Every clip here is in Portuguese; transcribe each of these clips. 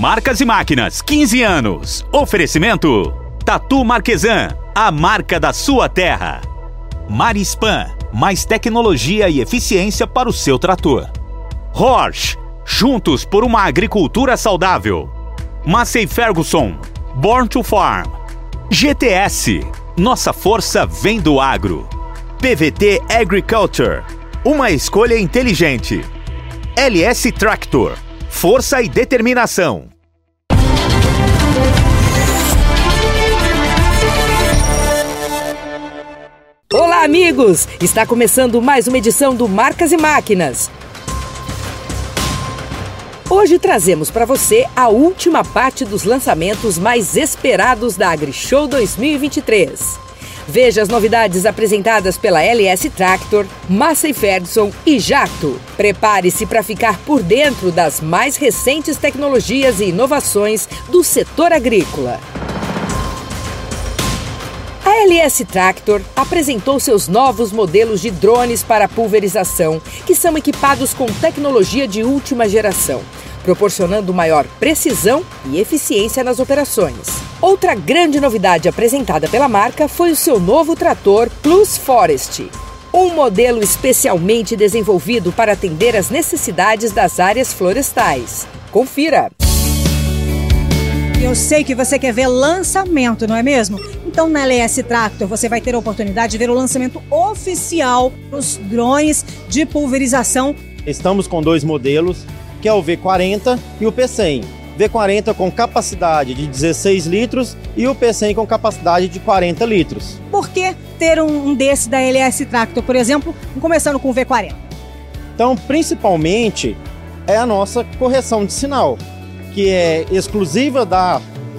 Marcas e Máquinas, 15 anos. Oferecimento: Tatu Marquesan, a marca da sua terra. Marispan, mais tecnologia e eficiência para o seu trator. Horsch, juntos por uma agricultura saudável. Massey Ferguson, Born to Farm. GTS, nossa força vem do agro. PVT Agriculture, uma escolha inteligente. LS Tractor, força e determinação. Olá, amigos! Está começando mais uma edição do Marcas e Máquinas. Hoje trazemos para você a última parte dos lançamentos mais esperados da AgriShow 2023. Veja as novidades apresentadas pela LS Tractor, Massey Ferguson e Jacto. Prepare-se para ficar por dentro das mais recentes tecnologias e inovações do setor agrícola. A LS Tractor apresentou seus novos modelos de drones para pulverização, que são equipados com tecnologia de última geração, proporcionando maior precisão e eficiência nas operações. Outra grande novidade apresentada pela marca foi o seu novo trator Plus Forest, um modelo especialmente desenvolvido para atender às necessidades das áreas florestais. Confira! Eu sei que você quer ver lançamento, não é mesmo? Então, na LS Tractor, você vai ter a oportunidade de ver o lançamento oficial dos drones de pulverização. Estamos com dois modelos, que é o V40 e o P100. V40 com capacidade de 16 litros e o P100 com capacidade de 40 litros. Por que ter um desse da LS Tractor, por exemplo, começando com o V40? Então, principalmente, é a nossa correção de sinal, que é exclusiva da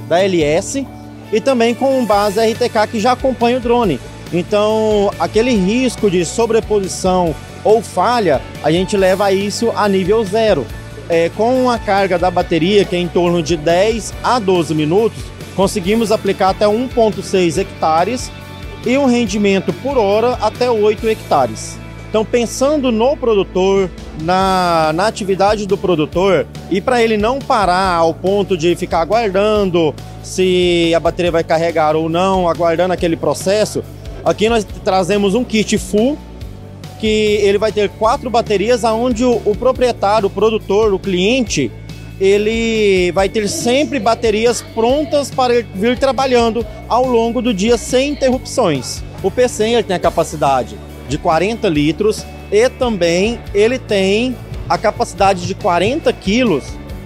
LS e também com base RTK que já acompanha o drone. Então, aquele risco de sobreposição ou falha, a gente leva isso a nível zero. Com a carga da bateria, que é em torno de 10 a 12 minutos, conseguimos aplicar até 1,6 hectares e um rendimento por hora até 8 hectares. Então, pensando no produtor, na atividade do produtor, e para ele não parar ao ponto de ficar aguardando se a bateria vai carregar ou não, aguardando aquele processo, aqui nós trazemos um kit full, que ele vai ter 4 baterias, onde o proprietário, o produtor, o cliente, ele vai ter sempre baterias prontas para vir trabalhando ao longo do dia sem interrupções. O P100 ele tem a capacidade de 40 litros e também ele tem a capacidade de 40 quilos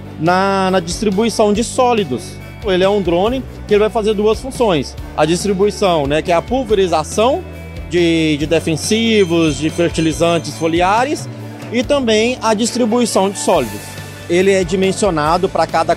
na distribuição de sólidos. Ele é um drone que ele vai fazer duas funções. A distribuição, que é a pulverização de defensivos, de fertilizantes foliares e também a distribuição de sólidos. Ele é dimensionado para cada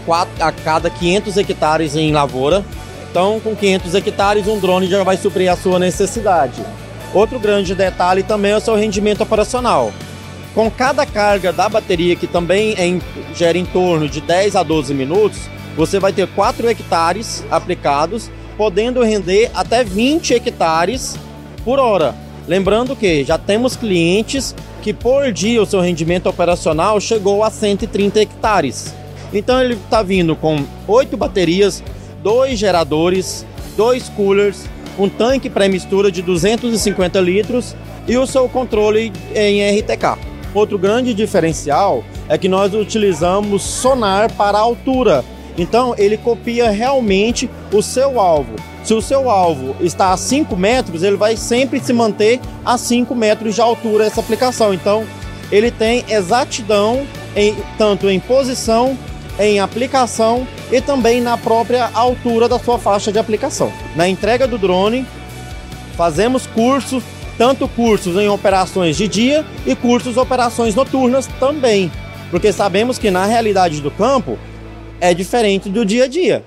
500 hectares em lavoura. Então, com 500 hectares, um drone já vai suprir a sua necessidade. Outro grande detalhe também é o seu rendimento operacional. Com cada carga da bateria, que também gera em torno de 10 a 12 minutos, você vai ter 4 hectares aplicados, podendo render até 20 hectares por hora. Lembrando que já temos clientes que por dia o seu rendimento operacional chegou a 130 hectares. Então ele está vindo com 8 baterias, 2 geradores, 2 coolers, um tanque pré-mistura de 250 litros e o seu controle em RTK. Outro grande diferencial é que nós utilizamos sonar para a altura. Então ele copia realmente o seu alvo. Se o seu alvo está a 5 metros, ele vai sempre se manter a 5 metros de altura essa aplicação. Então ele tem exatidão tanto em posição, em aplicação e também na própria altura da sua faixa de aplicação. Na entrega do drone, fazemos cursos, tanto cursos em operações de dia e cursos em operações noturnas também, porque sabemos que na realidade do campo é diferente do dia a dia.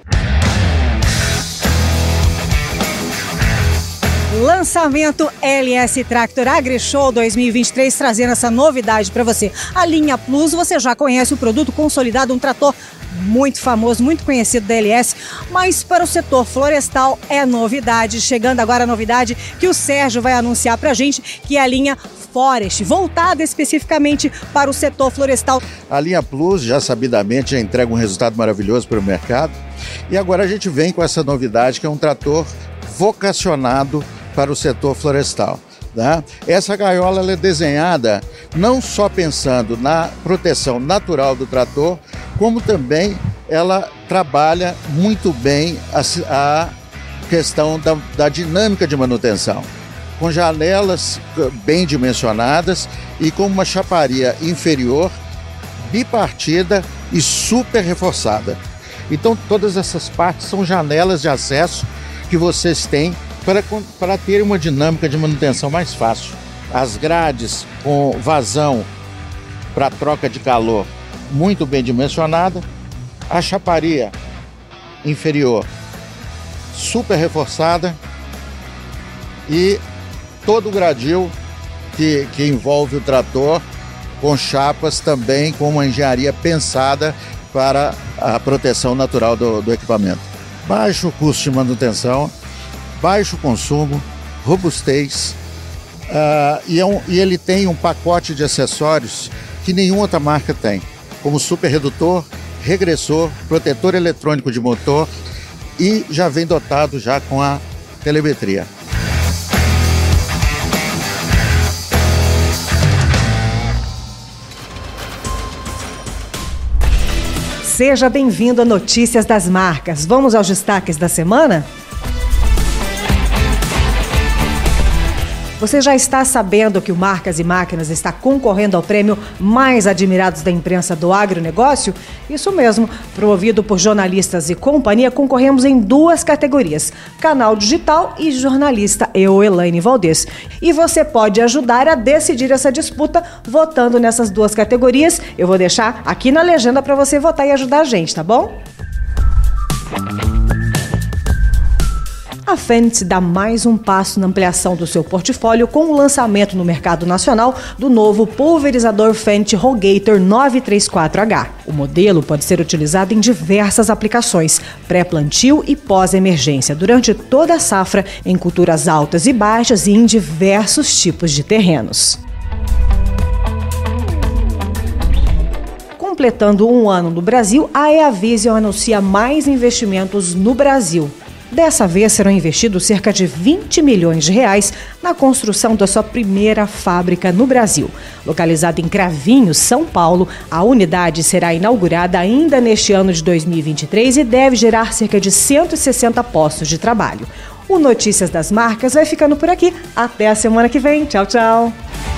Lançamento LS Tractor AgriShow 2023, trazendo essa novidade para você. A linha Plus, você já conhece o produto consolidado, um trator muito famoso, muito conhecido da LS, mas para o setor florestal é novidade. Chegando agora a novidade que o Sérgio vai anunciar para a gente, que é a linha Forest, voltada especificamente para o setor florestal. A linha Plus, já sabidamente, já entrega um resultado maravilhoso para o mercado. E agora a gente vem com essa novidade, que é um trator vocacionado para o setor florestal. Tá? Essa gaiola ela é desenhada não só pensando na proteção natural do trator, como também ela trabalha muito bem a questão da dinâmica de manutenção, com janelas bem dimensionadas e com uma chaparia inferior, bipartida e super reforçada. Então todas essas partes são janelas de acesso que vocês têm para ter uma dinâmica de manutenção mais fácil. As grades com vazão para troca de calor muito bem dimensionada, a chaparia inferior super reforçada e todo o gradil que envolve o trator com chapas também com uma engenharia pensada para a proteção natural do equipamento. Baixo custo de manutenção, baixo consumo, robustez, e ele tem um pacote de acessórios que nenhuma outra marca tem, como super redutor, regressor, protetor eletrônico de motor e já vem dotado já com a telemetria. Seja bem-vindo a Notícias das Marcas. Vamos aos destaques da semana? Você já está sabendo que o Marcas e Máquinas está concorrendo ao prêmio Mais Admirados da Imprensa do Agronegócio? Isso mesmo, promovido por jornalistas e companhia, concorremos em 2 categorias, canal digital e jornalista, eu, Elaine Valdez. E você pode ajudar a decidir essa disputa votando nessas 2 categorias. Eu vou deixar aqui na legenda para você votar e ajudar a gente, tá bom? A Fendt dá mais um passo na ampliação do seu portfólio com o lançamento no mercado nacional do novo pulverizador Fendt Rogator 934H. O modelo pode ser utilizado em diversas aplicações, pré-plantio e pós-emergência, durante toda a safra, em culturas altas e baixas e em diversos tipos de terrenos. Completando 1 ano no Brasil, a EAVision anuncia mais investimentos no Brasil. Dessa vez serão investidos cerca de 20 milhões de reais na construção da sua primeira fábrica no Brasil. Localizada em Cravinhos, São Paulo, a unidade será inaugurada ainda neste ano de 2023 e deve gerar cerca de 160 postos de trabalho. O Notícias das Marcas vai ficando por aqui. Até a semana que vem. Tchau, tchau.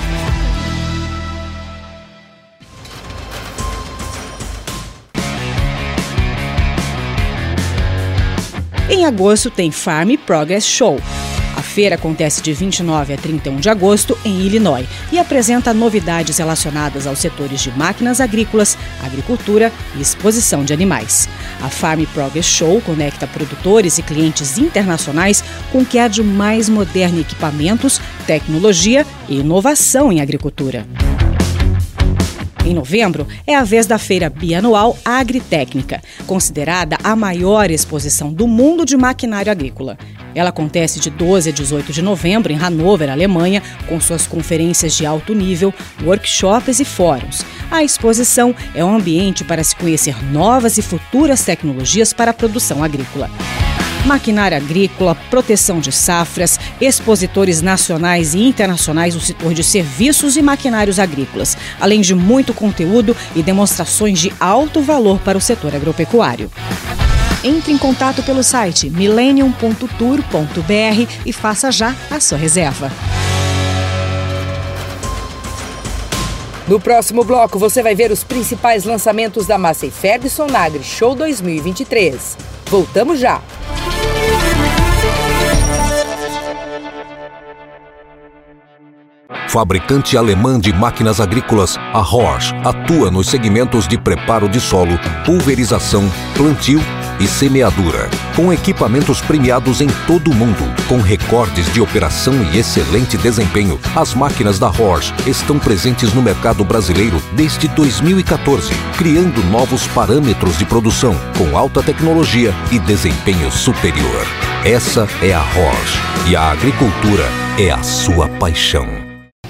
Em agosto tem Farm Progress Show. A feira acontece de 29 a 31 de agosto em Illinois e apresenta novidades relacionadas aos setores de máquinas agrícolas, agricultura e exposição de animais. A Farm Progress Show conecta produtores e clientes internacionais com o que há de mais moderno em equipamentos, tecnologia e inovação em agricultura. Em novembro, é a vez da feira bianual Agritécnica, considerada a maior exposição do mundo de maquinário agrícola. Ela acontece de 12 a 18 de novembro em Hannover, Alemanha, com suas conferências de alto nível, workshops e fóruns. A exposição é um ambiente para se conhecer novas e futuras tecnologias para a produção agrícola. Maquinária agrícola, proteção de safras, expositores nacionais e internacionais do setor de serviços e maquinários agrícolas, além de muito conteúdo e demonstrações de alto valor para o setor agropecuário. Entre em contato pelo site millennium.tour.br e faça já a sua reserva. No próximo bloco, você vai ver os principais lançamentos da Massey Ferguson na AgriShow 2023. Voltamos já! Fabricante alemã de máquinas agrícolas, a Horsch atua nos segmentos de preparo de solo, pulverização, plantio e semeadura. Com equipamentos premiados em todo o mundo, com recordes de operação e excelente desempenho, as máquinas da Horsch estão presentes no mercado brasileiro desde 2014, criando novos parâmetros de produção, com alta tecnologia e desempenho superior. Essa é a Horsch, e a agricultura é a sua paixão.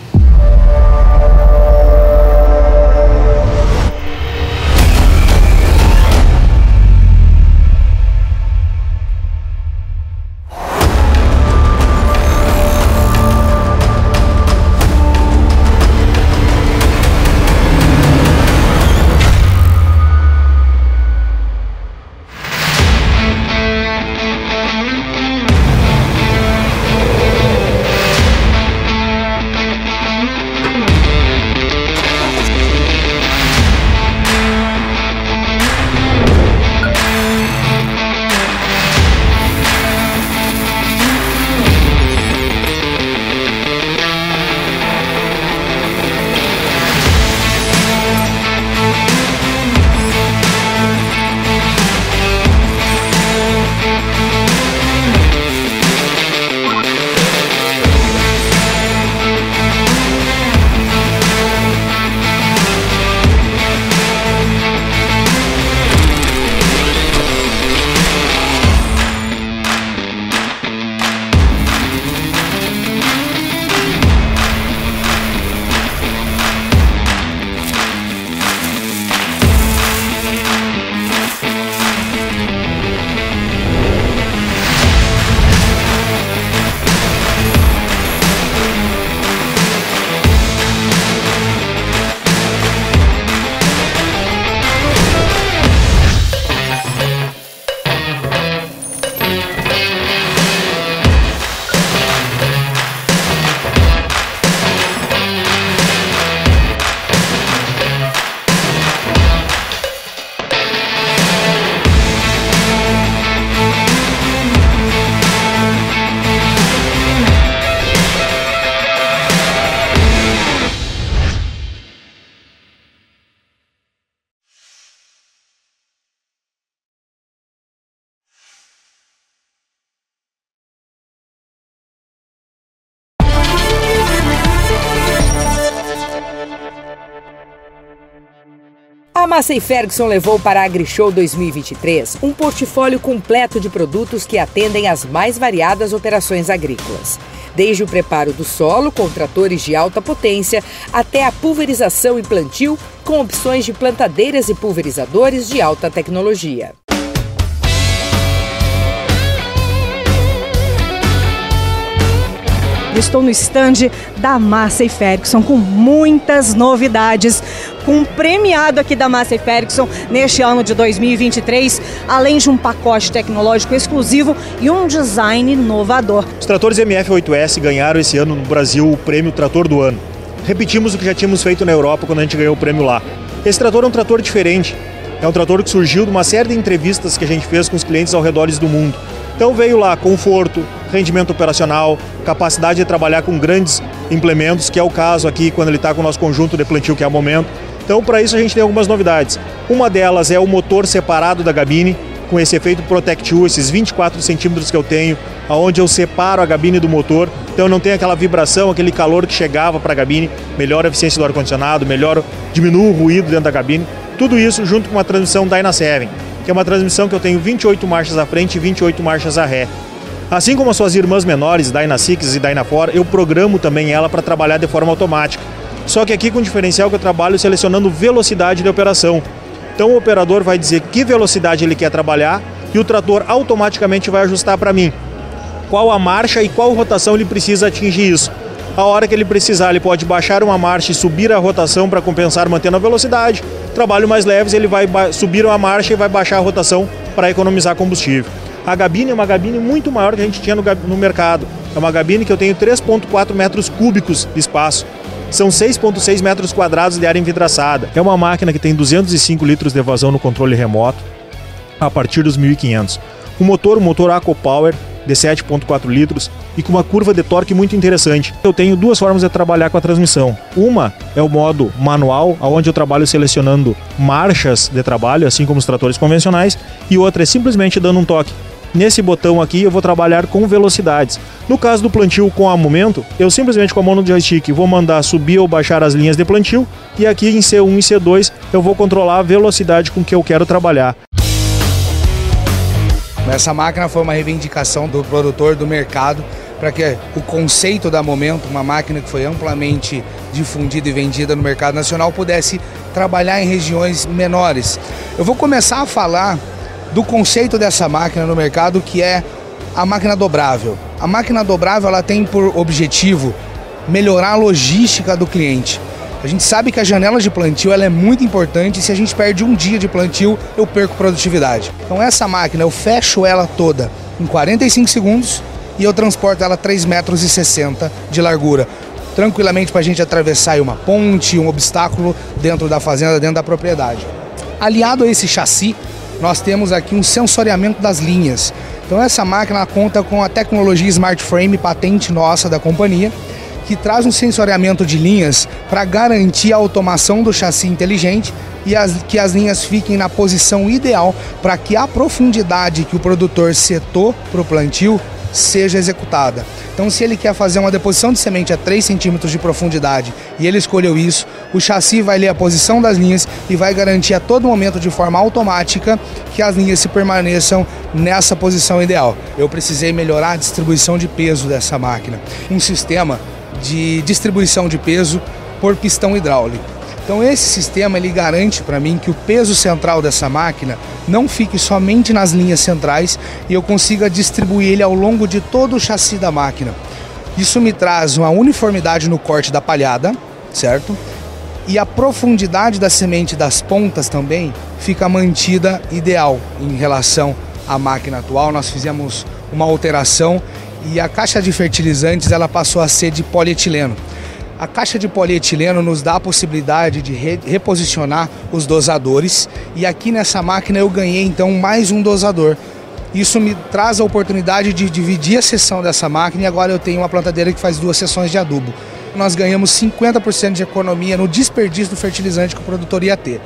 A Massey Ferguson levou para a AgriShow 2023 um portfólio completo de produtos que atendem às mais variadas operações agrícolas. Desde o preparo do solo com tratores de alta potência até a pulverização e plantio com opções de plantadeiras e pulverizadores de alta tecnologia. Estou no stand da Massey Ferguson com muitas novidades, com um premiado aqui da Massey Ferguson neste ano de 2023, além de um pacote tecnológico exclusivo e um design inovador. Os tratores MF8S ganharam esse ano no Brasil o prêmio Trator do Ano. Repetimos o que já tínhamos feito na Europa quando a gente ganhou o prêmio lá. Esse trator é um trator diferente, é um trator que surgiu de uma série de entrevistas que a gente fez com os clientes ao redor do mundo. Então veio lá conforto, rendimento operacional, capacidade de trabalhar com grandes implementos, que é o caso aqui quando ele está com o nosso conjunto de plantio, que é o momento. Então para isso a gente tem algumas novidades. Uma delas é o motor separado da gabine, com esse efeito Protect U, esses 24 centímetros que eu tenho, onde eu separo a gabine do motor, então não tem aquela vibração, aquele calor que chegava para a gabine, melhora a eficiência do ar-condicionado, diminui o ruído dentro da gabine. Tudo isso junto com uma transmissão Dyna7, que é uma transmissão que eu tenho 28 marchas à frente e 28 marchas à ré. Assim como as suas irmãs menores, Dyna6 e Dyna4, eu programo também ela para trabalhar de forma automática. Só que aqui com o diferencial que eu trabalho selecionando velocidade de operação. Então o operador vai dizer que velocidade ele quer trabalhar e o trator automaticamente vai ajustar para mim qual a marcha e qual rotação ele precisa atingir isso. A hora que ele precisar, ele pode baixar uma marcha e subir a rotação para compensar mantendo a velocidade. Trabalho mais leves, ele vai subir uma marcha e vai baixar a rotação para economizar combustível. A gabine é uma gabine muito maior que a gente tinha no mercado. É uma gabine que eu tenho 3,4 metros cúbicos de espaço. São 6,6 metros quadrados de área envidraçada. É uma máquina que tem 205 litros de vazão no controle remoto a partir dos 1.500. Um motor AquaPower de 7,4 litros e com uma curva de torque muito interessante. Eu tenho duas formas de trabalhar com a transmissão. Uma é o modo manual, onde eu trabalho selecionando marchas de trabalho, assim como os tratores convencionais, e outra é simplesmente dando um toque. Nesse botão aqui eu vou trabalhar com velocidades. No caso do plantio com momento, eu simplesmente com a mão no joystick vou mandar subir ou baixar as linhas de plantio, e aqui em C1 e C2 eu vou controlar a velocidade com que eu quero trabalhar. Essa máquina foi uma reivindicação do produtor, do mercado, para que o conceito da Momento, uma máquina que foi amplamente difundida e vendida no mercado nacional, pudesse trabalhar em regiões menores. Eu vou começar a falar do conceito dessa máquina no mercado, que é a máquina dobrável. A máquina dobrável ela tem por objetivo melhorar a logística do cliente. A gente sabe que a janela de plantio ela é muito importante, e se a gente perde um dia de plantio, eu perco produtividade. Então essa máquina, eu fecho ela toda em 45 segundos e eu transporto ela 3,60 metros de largura, tranquilamente para a gente atravessar uma ponte, um obstáculo dentro da fazenda, dentro da propriedade. Aliado a esse chassi, nós temos aqui um sensoriamento das linhas. Então essa máquina conta com a tecnologia Smart Frame, patente nossa da companhia, que traz um sensoriamento de linhas para garantir a automação do chassi inteligente e que as linhas fiquem na posição ideal para que a profundidade que o produtor setou para o plantio seja executada. Então, se ele quer fazer uma deposição de semente a 3 centímetros de profundidade e ele escolheu isso, o chassi vai ler a posição das linhas e vai garantir a todo momento, de forma automática, que as linhas se permaneçam nessa posição ideal. Eu precisei melhorar a distribuição de peso dessa máquina. Um sistema de distribuição de peso por pistão hidráulico. Então esse sistema ele garante para mim que o peso central dessa máquina não fique somente nas linhas centrais e eu consiga distribuir ele ao longo de todo o chassi da máquina. Isso me traz uma uniformidade no corte da palhada, certo? E a profundidade da semente das pontas também fica mantida ideal em relação à máquina atual. Nós fizemos uma alteração e a caixa de fertilizantes ela passou a ser de polietileno. A caixa de polietileno nos dá a possibilidade de reposicionar os dosadores, e aqui nessa máquina eu ganhei então mais um dosador. Isso me traz a oportunidade de dividir a seção dessa máquina, e agora eu tenho uma plantadeira que faz 2 sessões de adubo. Nós ganhamos 50% de economia no desperdício do fertilizante que o produtor ia ter.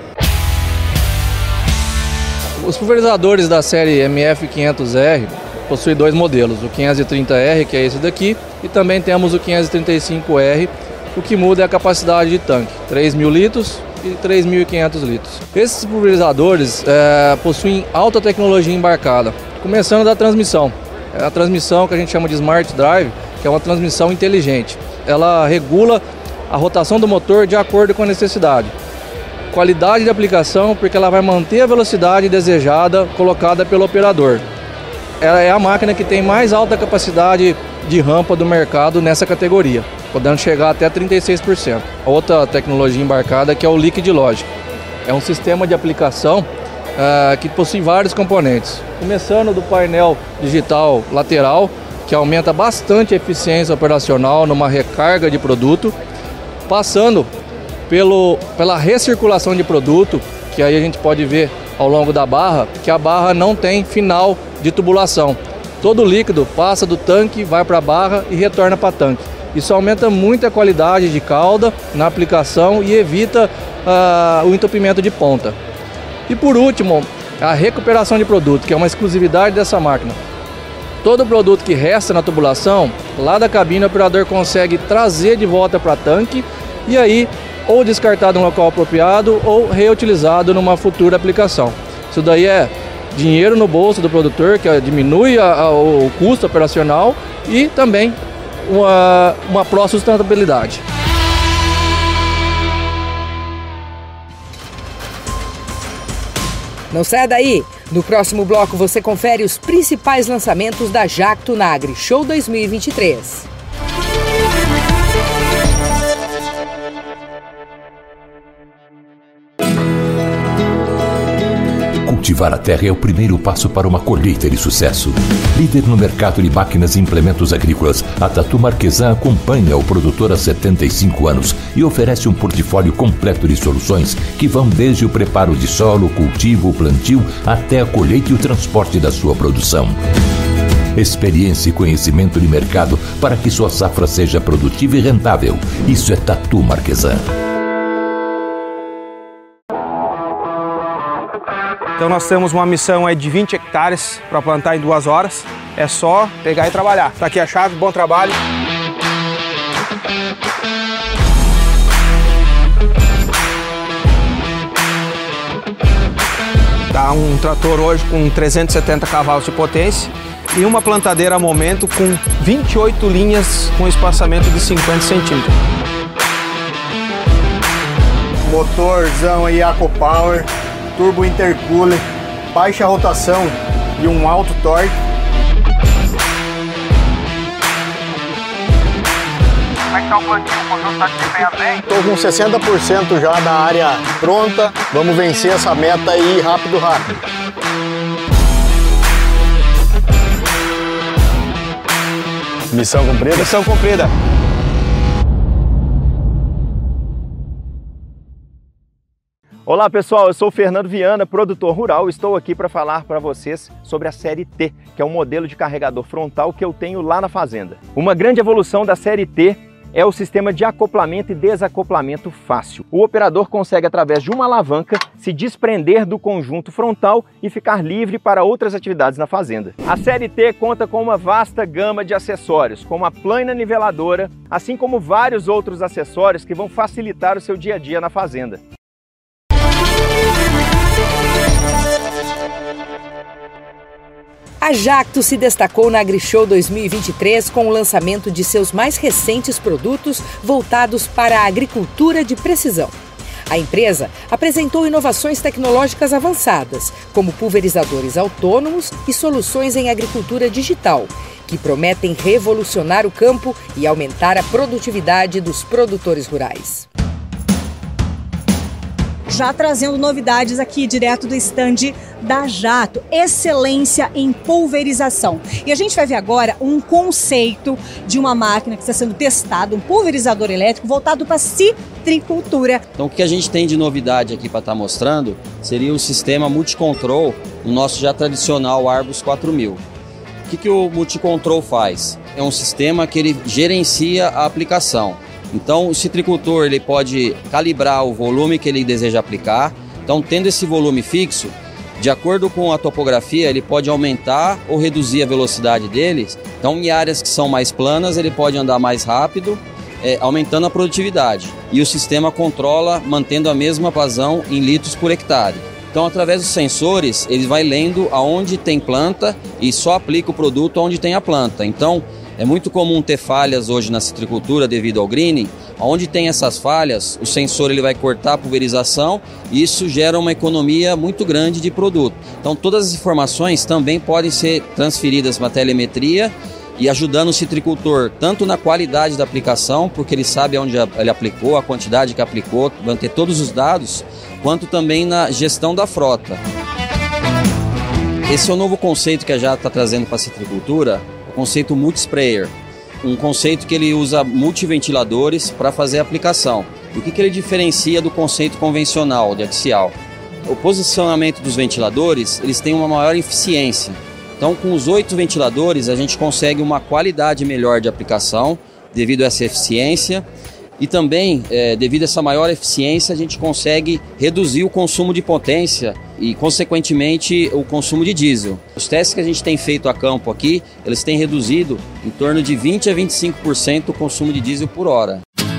Os pulverizadores da série MF500R possui 2 modelos, o 530R, que é esse daqui, e também temos o 535R, o que muda é a capacidade de tanque, 3.000 litros e 3.500 litros. Esses pulverizadores possuem alta tecnologia embarcada, começando da transmissão. É a transmissão que a gente chama de Smart Drive, que é uma transmissão inteligente. Ela regula a rotação do motor de acordo com a necessidade. Qualidade de aplicação, porque ela vai manter a velocidade desejada colocada pelo operador. Ela é a máquina que tem mais alta capacidade de rampa do mercado nessa categoria, podendo chegar até 36%. A outra tecnologia embarcada que é o Liquid Logic. É um sistema de aplicação que possui vários componentes. Começando do painel digital lateral, que aumenta bastante a eficiência operacional numa recarga de produto, passando pela recirculação de produto, que aí a gente pode ver ao longo da barra, que a barra não tem final de tubulação. Todo o líquido passa do tanque, vai para a barra e retorna para o tanque. Isso aumenta muito a qualidade de calda na aplicação e evita o entupimento de ponta. E por último, a recuperação de produto, que é uma exclusividade dessa máquina. Todo produto que resta na tubulação, lá da cabine o operador consegue trazer de volta para tanque e aí ou descartado em um local apropriado ou reutilizado numa futura aplicação. Isso daí é dinheiro no bolso do produtor, que diminui o custo operacional e também uma pró-sustentabilidade. Não saia daí! No próximo bloco você confere os principais lançamentos da Jacto na AgriShow 2023. Cultivar a terra é o primeiro passo para uma colheita de sucesso. Líder no mercado de máquinas e implementos agrícolas, a Tatu Marquesan acompanha o produtor há 75 anos e oferece um portfólio completo de soluções que vão desde o preparo de solo, cultivo, plantio, até a colheita e o transporte da sua produção. Experiência e conhecimento de mercado para que sua safra seja produtiva e rentável. Isso é Tatu Marquesan. Então nós temos uma missão aí de 20 hectares para plantar em 2 horas. É só pegar e trabalhar. Tá aqui a chave, bom trabalho. Tá um trator hoje com 370 cavalos de potência e uma plantadeira a momento com 28 linhas com espaçamento de 50 centímetros. Motorzão aí AquaPower, turbo intercooler, baixa rotação e um alto torque. Como é que tá o plantio? O conjunto tá desempenhando bem? Estou com 60% já da área pronta. Vamos vencer essa meta aí rápido. Missão cumprida? Missão cumprida. Olá pessoal, eu sou o Fernando Viana, produtor rural. Estou aqui para falar para vocês sobre a série T, que é um modelo de carregador frontal que eu tenho lá na fazenda. Uma grande evolução da série T é o sistema de acoplamento e desacoplamento fácil. O operador consegue, através de uma alavanca, se desprender do conjunto frontal e ficar livre para outras atividades na fazenda. A série T conta com uma vasta gama de acessórios, como a plana niveladora, assim como vários outros acessórios que vão facilitar o seu dia a dia na fazenda. A Jacto se destacou na AgriShow 2023 com o lançamento de seus mais recentes produtos voltados para a agricultura de precisão. A empresa apresentou inovações tecnológicas avançadas, como pulverizadores autônomos e soluções em agricultura digital, que prometem revolucionar o campo e aumentar a produtividade dos produtores rurais. Já trazendo novidades aqui direto do stand da Jacto, excelência em pulverização. E a gente vai ver agora um conceito de uma máquina que está sendo testada, um pulverizador elétrico voltado para citricultura. Então o que a gente tem de novidade aqui para estar mostrando seria o sistema multicontrol no nosso já tradicional Arbus 4000. O que o multicontrol faz? É um sistema que ele gerencia a aplicação. Então o citricultor ele pode calibrar o volume que ele deseja aplicar. Então, tendo esse volume fixo, de acordo com a topografia, ele pode aumentar ou reduzir a velocidade deles. Então, em áreas que são mais planas, ele pode andar mais rápido, aumentando a produtividade. E o sistema controla, mantendo a mesma vazão em litros por hectare. Então, através dos sensores, ele vai lendo aonde tem planta e só aplica o produto onde tem a planta. Então, é muito comum ter falhas hoje na citricultura devido ao greening. Onde tem essas falhas, o sensor ele vai cortar a pulverização e isso gera uma economia muito grande de produto. Então todas as informações também podem ser transferidas para a telemetria e ajudando o citricultor tanto na qualidade da aplicação, porque ele sabe onde ele aplicou, a quantidade que aplicou, vai ter todos os dados, quanto também na gestão da frota. Esse é o novo conceito que a Jacto está trazendo para a citricultura, o conceito multisprayer. Um conceito que ele usa multiventiladores para fazer a aplicação. E o que ele diferencia do conceito convencional de axial? O posicionamento dos ventiladores, eles têm uma maior eficiência. Então, com os 8 ventiladores, a gente consegue uma qualidade melhor de aplicação devido a essa eficiência. E também, devido a essa maior eficiência, a gente consegue reduzir o consumo de potência e, consequentemente, o consumo de diesel. Os testes que a gente tem feito a campo aqui, eles têm reduzido em torno de 20% a 25% o consumo de diesel por hora.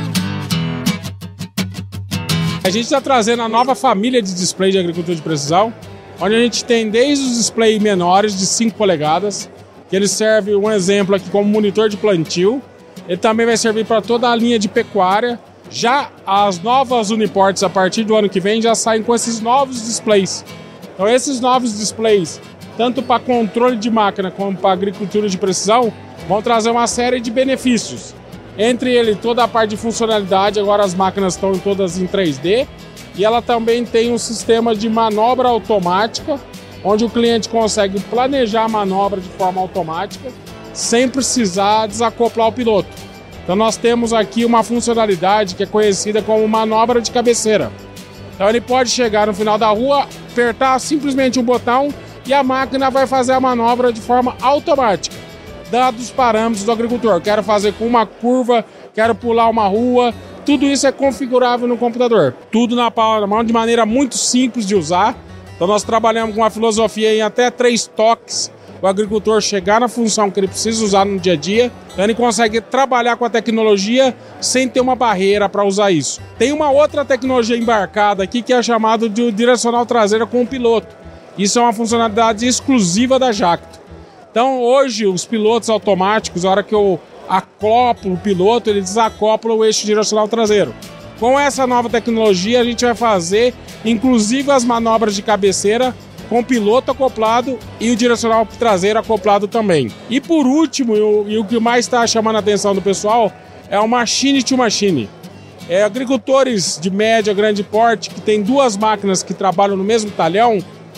A gente está trazendo a nova família de display de agricultura de precisão, onde a gente tem desde os displays menores de 5 polegadas, que ele serve, um exemplo aqui, como monitor de plantio. Ele também vai servir para toda a linha de pecuária. Já as novas Uniports, a partir do ano que vem, já saem com esses novos displays. Então esses novos displays, tanto para controle de máquina como para agricultura de precisão, vão trazer uma série de benefícios. Entre ele, toda a parte de funcionalidade, agora as máquinas estão todas em 3D. E ela também tem um sistema de manobra automática, onde o cliente consegue planejar a manobra de forma automática, sem precisar desacoplar o piloto. Então nós temos aqui uma funcionalidade que é conhecida como manobra de cabeceira. Então ele pode chegar no final da rua, apertar simplesmente um botão e a máquina vai fazer a manobra de forma automática. dados parâmetros do agricultor. Quero fazer com uma curva, quero pular uma rua. Tudo isso é configurável no computador. Tudo na palma da mão, de maneira muito simples de usar. Então nós trabalhamos com uma filosofia em até 3 toques. O agricultor chegar na função que ele precisa usar no dia a dia. Então ele consegue trabalhar com a tecnologia sem ter uma barreira para usar isso. Tem uma outra tecnologia embarcada aqui que é chamada de direcional traseira com o piloto. Isso é uma funcionalidade exclusiva da Jacto. Então hoje os pilotos automáticos, a hora que eu acoplo o piloto, ele desacopla o eixo direcional traseiro. Com essa nova tecnologia a gente vai fazer inclusive as manobras de cabeceira com o piloto acoplado e o direcional traseiro acoplado também. E por último, e o que mais está chamando a atenção do pessoal, é o machine to machine. Agricultores de média, grande porte, que tem 2 máquinas que trabalham no mesmo talhão,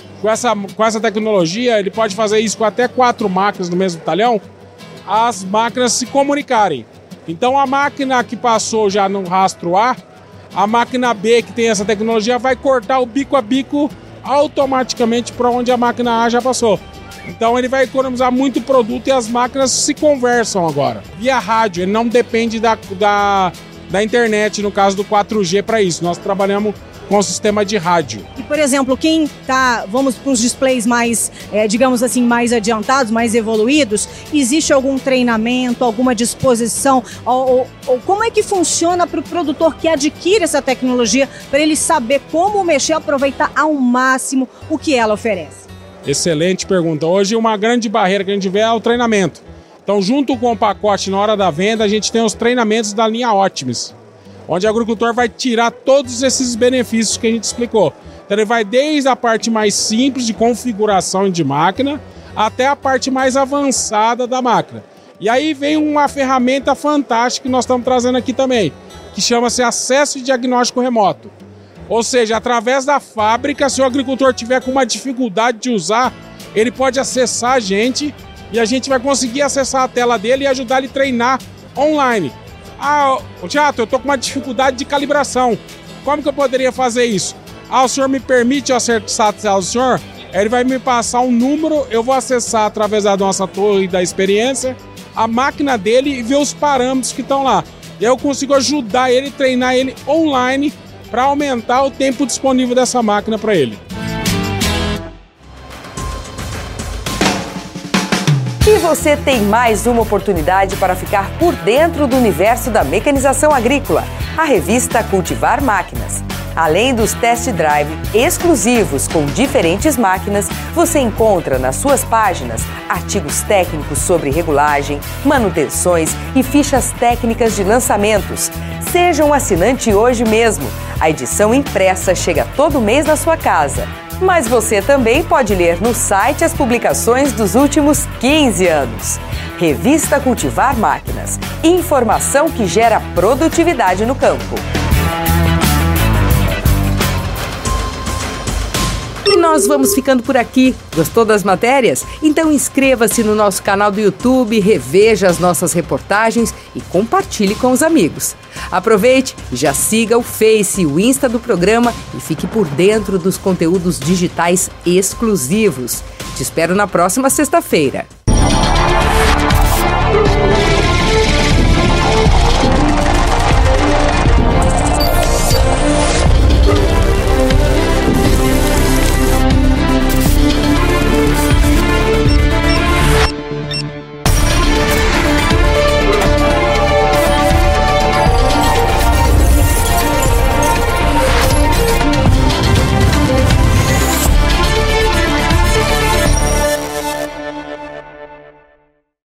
com essa tecnologia, ele pode fazer isso com até 4 máquinas no mesmo talhão, as máquinas se comunicarem. Então a máquina que passou já no rastro A, a máquina B que tem essa tecnologia vai cortar o bico a bico automaticamente para onde a máquina A já passou. Então ele vai economizar muito produto e as máquinas se conversam agora. Via rádio, ele não depende da internet, no caso do 4G para isso. Nós trabalhamos com o sistema de rádio. E, por exemplo, quem tá, vamos para os displays mais, digamos assim, mais adiantados, mais evoluídos, existe algum treinamento, alguma disposição, ou como é que funciona para o produtor que adquire essa tecnologia, para ele saber como mexer, aproveitar ao máximo o que ela oferece? Excelente pergunta. Hoje uma grande barreira que a gente vê é o treinamento. Então, junto com o pacote na hora da venda, a gente tem os treinamentos da linha Optimus, onde o agricultor vai tirar todos esses benefícios que a gente explicou. Então ele vai desde a parte mais simples de configuração de máquina até a parte mais avançada da máquina. E aí vem uma ferramenta fantástica que nós estamos trazendo aqui também, que chama-se acesso e diagnóstico remoto. Ou seja, através da fábrica, se o agricultor tiver com uma dificuldade de usar, ele pode acessar a gente e a gente vai conseguir acessar a tela dele e ajudar ele a treinar online. Tiago, eu tô com uma dificuldade de calibração. Como que eu poderia fazer isso? O senhor me permite eu acessar o senhor? Ele vai me passar um número, eu vou acessar através da nossa torre da experiência a máquina dele e ver os parâmetros que estão lá. E aí eu consigo ajudar ele, treinar ele online para aumentar o tempo disponível dessa máquina para ele. E você tem mais uma oportunidade para ficar por dentro do universo da mecanização agrícola, a revista Cultivar Máquinas. Além dos test drive exclusivos com diferentes máquinas, você encontra nas suas páginas artigos técnicos sobre regulagem, manutenções e fichas técnicas de lançamentos. Seja um assinante hoje mesmo. A edição impressa chega todo mês na sua casa. Mas você também pode ler no site as publicações dos últimos 15 anos. Revista Cultivar Máquinas. Informação que gera produtividade no campo. E nós vamos ficando por aqui. Gostou das matérias? Então inscreva-se no nosso canal do YouTube, reveja as nossas reportagens e compartilhe com os amigos. Aproveite e já siga o Face e o Insta do programa e fique por dentro dos conteúdos digitais exclusivos. Te espero na próxima sexta-feira.